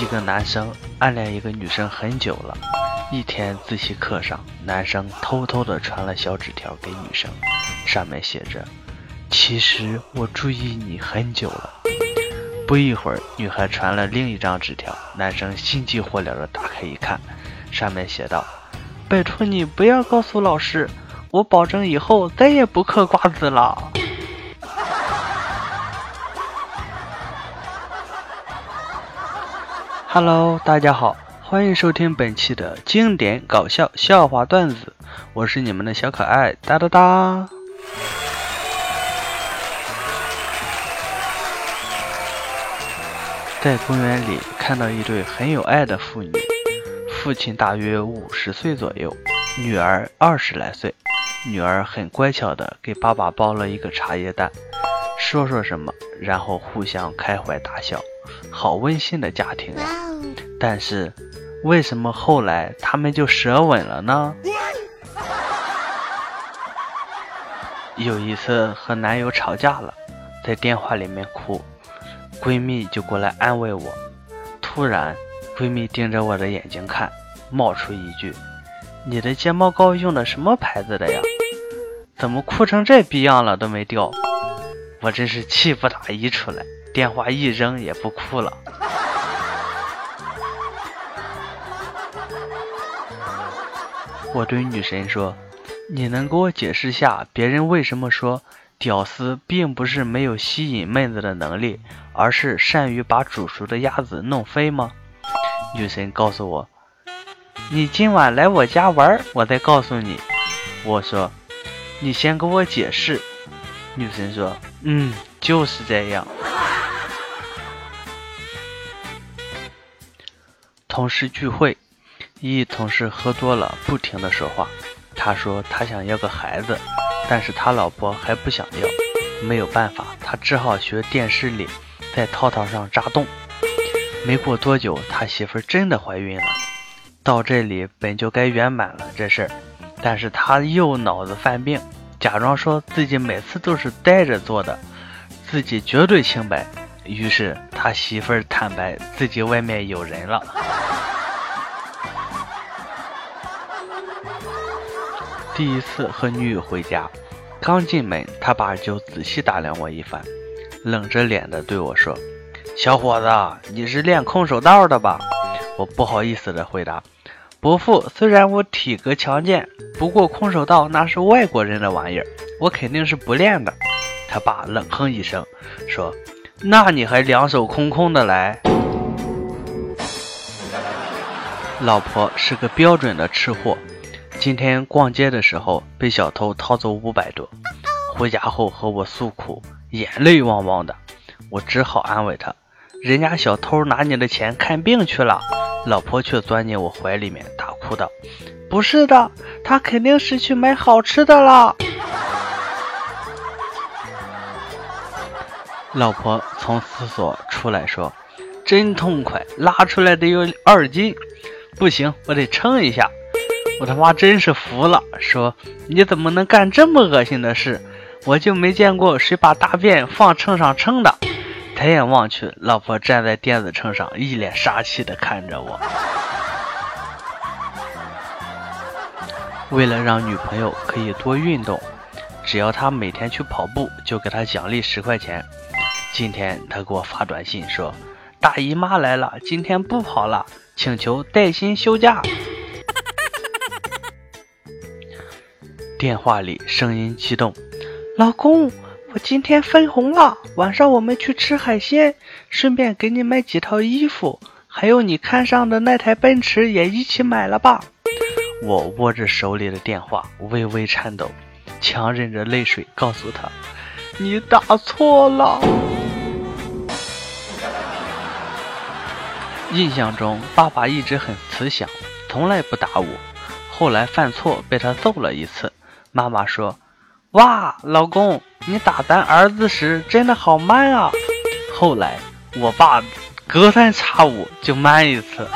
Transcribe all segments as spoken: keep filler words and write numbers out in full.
一个男生暗恋一个女生很久了，一天自习课上，男生偷偷的传了小纸条给女生，上面写着：其实我注意你很久了。不一会儿，女孩传了另一张纸条，男生心急火燎的打开一看，上面写道：拜托你不要告诉老师，我保证以后再也不嗑瓜子了。Hello， 大家好，欢迎收听本期的经典搞笑笑话段子，我是你们的小可爱哒哒哒。在公园里看到一对很有爱的父女，父亲大约五十岁左右，女儿二十来岁。女儿很乖巧的给爸爸包了一个茶叶蛋，说说什么，然后互相开怀大笑，好温馨的家庭呀。但是为什么后来他们就舌吻了呢？有一次和男友吵架了，在电话里面哭，闺蜜就过来安慰我。突然闺蜜盯着我的眼睛看，冒出一句：你的睫毛膏用的什么牌子的呀？怎么哭成这逼样了都没掉？我真是气不打一处来，电话一扔也不哭了。我对女神说，你能给我解释下别人为什么说屌丝并不是没有吸引妹子的能力，而是善于把煮熟的鸭子弄飞吗？女神告诉我，你今晚来我家玩，我再告诉你。我说，你先给我解释。女神说，嗯，就是这样。同事聚会，一同事喝多了，不停地说话。他说他想要个孩子，但是他老婆还不想要。没有办法，他只好学电视里在套套上扎洞。没过多久，他媳妇真的怀孕了。到这里本就该圆满了这事儿，但是他又脑子犯病，假装说自己每次都是呆着做的，自己绝对清白。于是他媳妇儿坦白自己外面有人了。第一次和女友回家，刚进门，他爸就仔细打量我一番，冷着脸的对我说，小伙子，你是练空手道的吧？我不好意思的回答，伯父，虽然我体格强健，不过空手道那是外国人的玩意儿，我肯定是不练的。他爸冷哼一声说，那你还两手空空的来？老婆是个标准的吃货，今天逛街的时候被小偷掏走五百多，回家后和我诉苦，眼泪汪汪的。我只好安慰他，人家小偷拿你的钱看病去了。老婆却钻进我怀里面大哭道，不是的，他肯定是去买好吃的了。老婆从厕所出来说，真痛快，拉出来得有二斤，不行，我得称一下。我他妈真是服了，说你怎么能干这么恶心的事，我就没见过谁把大便放秤上称的。抬眼望去，老婆站在电子秤上，一脸杀气地看着我。为了让女朋友可以多运动，只要她每天去跑步，就给她奖励十块钱。今天她给我发短信说，大姨妈来了，今天不跑了，请求带薪休假。电话里声音激动，老公，我今天分红了，晚上我们去吃海鲜，顺便给你买几套衣服，还有你看上的那台奔驰也一起买了吧。我握着手里的电话，微微颤抖，强忍着泪水告诉他，你打错了。印象中爸爸一直很慈祥，从来不打我，后来犯错被他揍了一次。妈妈说，哇，老公，你打咱儿子时真的好 man 啊。后来我爸隔三差五就 man 一次。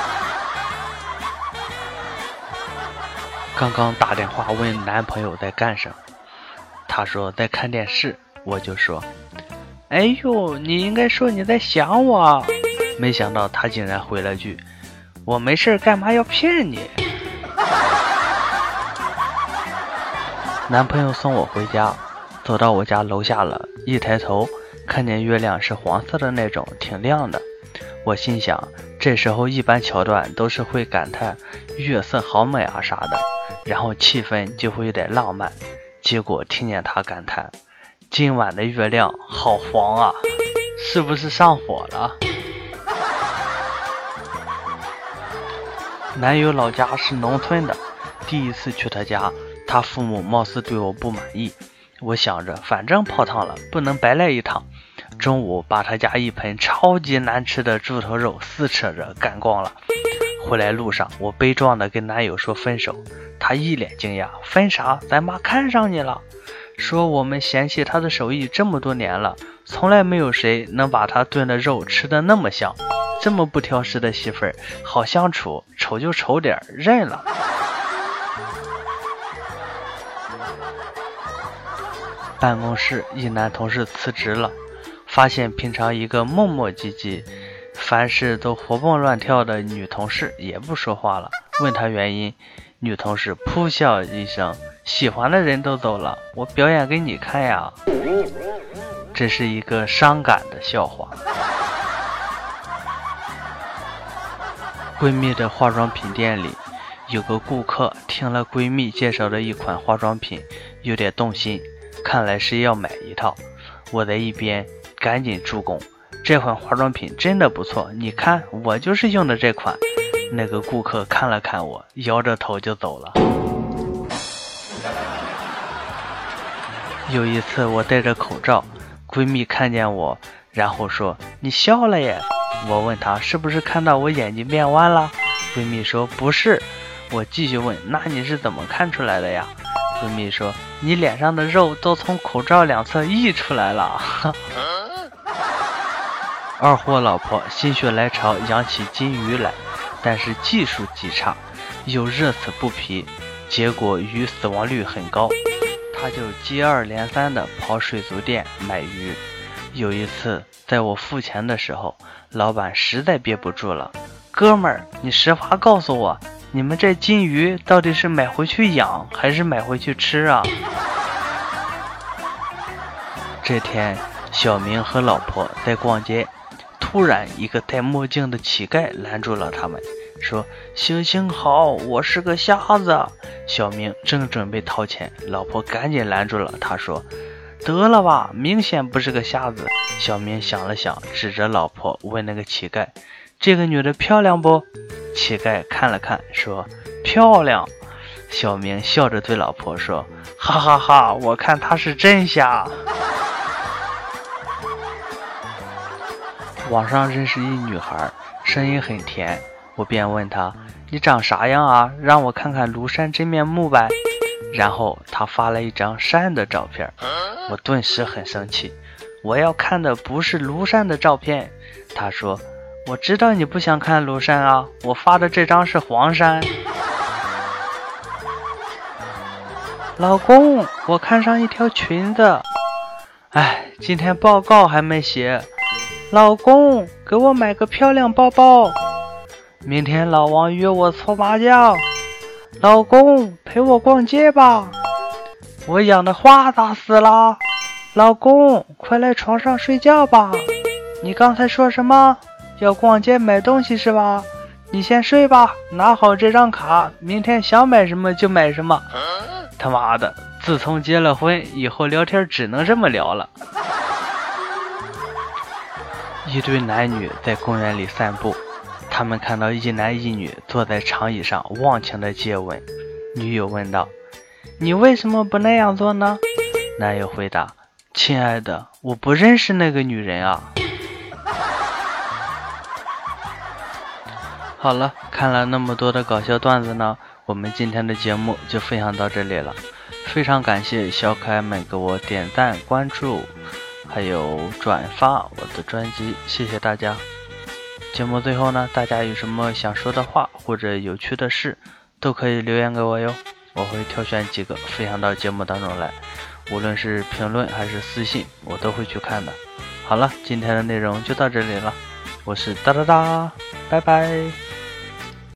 刚刚打电话问男朋友在干什么，他说在看电视，我就说，哎呦，你应该说你在想我。 没想到他竟然回了句：我没事干嘛要骗你？男朋友送我回家，走到我家楼下了，一抬头看见月亮是黄色的那种，挺亮的。我心想，这时候一般桥段都是会感叹月色好美啊啥的，然后气氛就会有点浪漫。结果听见他感叹，今晚的月亮好黄啊，是不是上火了？男友老家是农村的，第一次去他家，他父母貌似对我不满意。我想着反正泡汤了，不能白来一趟。中午把他家一盆超级难吃的猪头肉撕扯着干光了。回来路上，我悲壮的跟男友说分手，他一脸惊讶，分啥？咱妈看上你了。说我们嫌弃他的手艺这么多年了，从来没有谁能把他炖的肉吃得那么香，这么不挑食的媳妇儿好相处，丑就丑点，认了。办公室一男同事辞职了，发现平常一个磨磨唧唧，凡事都活蹦乱跳的女同事也不说话了，问他原因，女同事扑笑一声，喜欢的人都走了，我表演给你看呀。这是一个伤感的笑话。闺蜜的化妆品店里，有个顾客听了闺蜜介绍的一款化妆品，有点动心，看来是要买一套。我在一边赶紧助攻，这款化妆品真的不错，你看我就是用的这款。那个顾客看了看我，摇着头就走了。有一次我戴着口罩，闺蜜看见我，然后说你笑了耶。我问她是不是看到我眼睛变弯了，闺蜜说不是。我继续问，那你是怎么看出来的呀？闺蜜说你脸上的肉都从口罩两侧溢出来了。二货老婆心血来潮养起金鱼来，但是技术极差，又热死不疲，结果鱼死亡率很高，他就接二连三的跑水族店买鱼。有一次在我付钱的时候，老板实在憋不住了，哥们儿，你实话告诉我，你们这金鱼到底是买回去养还是买回去吃啊？这天小明和老婆在逛街，突然一个戴墨镜的乞丐拦住了他们，说行行好，我是个瞎子。小明正准备掏钱，老婆赶紧拦住了他，说得了吧，明显不是个瞎子。小明想了想，指着老婆问那个乞丐，这个女的漂亮不？乞丐看了看，说漂亮。小明笑着对老婆说，哈哈哈，我看她是真瞎。网上认识一女孩，声音很甜，我便问她，你长啥样啊？让我看看庐山真面目呗。然后她发了一张山的照片，我顿时很生气，我要看的不是庐山的照片。她说，我知道你不想看庐山啊，我发的这张是黄山。老公，我看上一条裙子，哎，今天报告还没写。老公，给我买个漂亮包包。明天老王约我搓麻将。老公，陪我逛街吧。我养的花咋死了？老公，快来床上睡觉吧。你刚才说什么？要逛街买东西是吧？你先睡吧，拿好这张卡，明天想买什么就买什么。他妈的，自从结了婚以后聊天只能这么聊了。一对男女在公园里散步，他们看到一男一女坐在长椅上忘情的接吻。女友问道，你为什么不那样做呢？男友回答，亲爱的，我不认识那个女人啊。好了，看了那么多的搞笑段子呢，我们今天的节目就分享到这里了。非常感谢小可爱们给我点赞关注还有转发我的专辑，谢谢大家。节目最后呢，大家有什么想说的话或者有趣的事都可以留言给我哟，我会挑选几个分享到节目当中来，无论是评论还是私信我都会去看的。好了，今天的内容就到这里了， 我是哒哒哒，拜拜。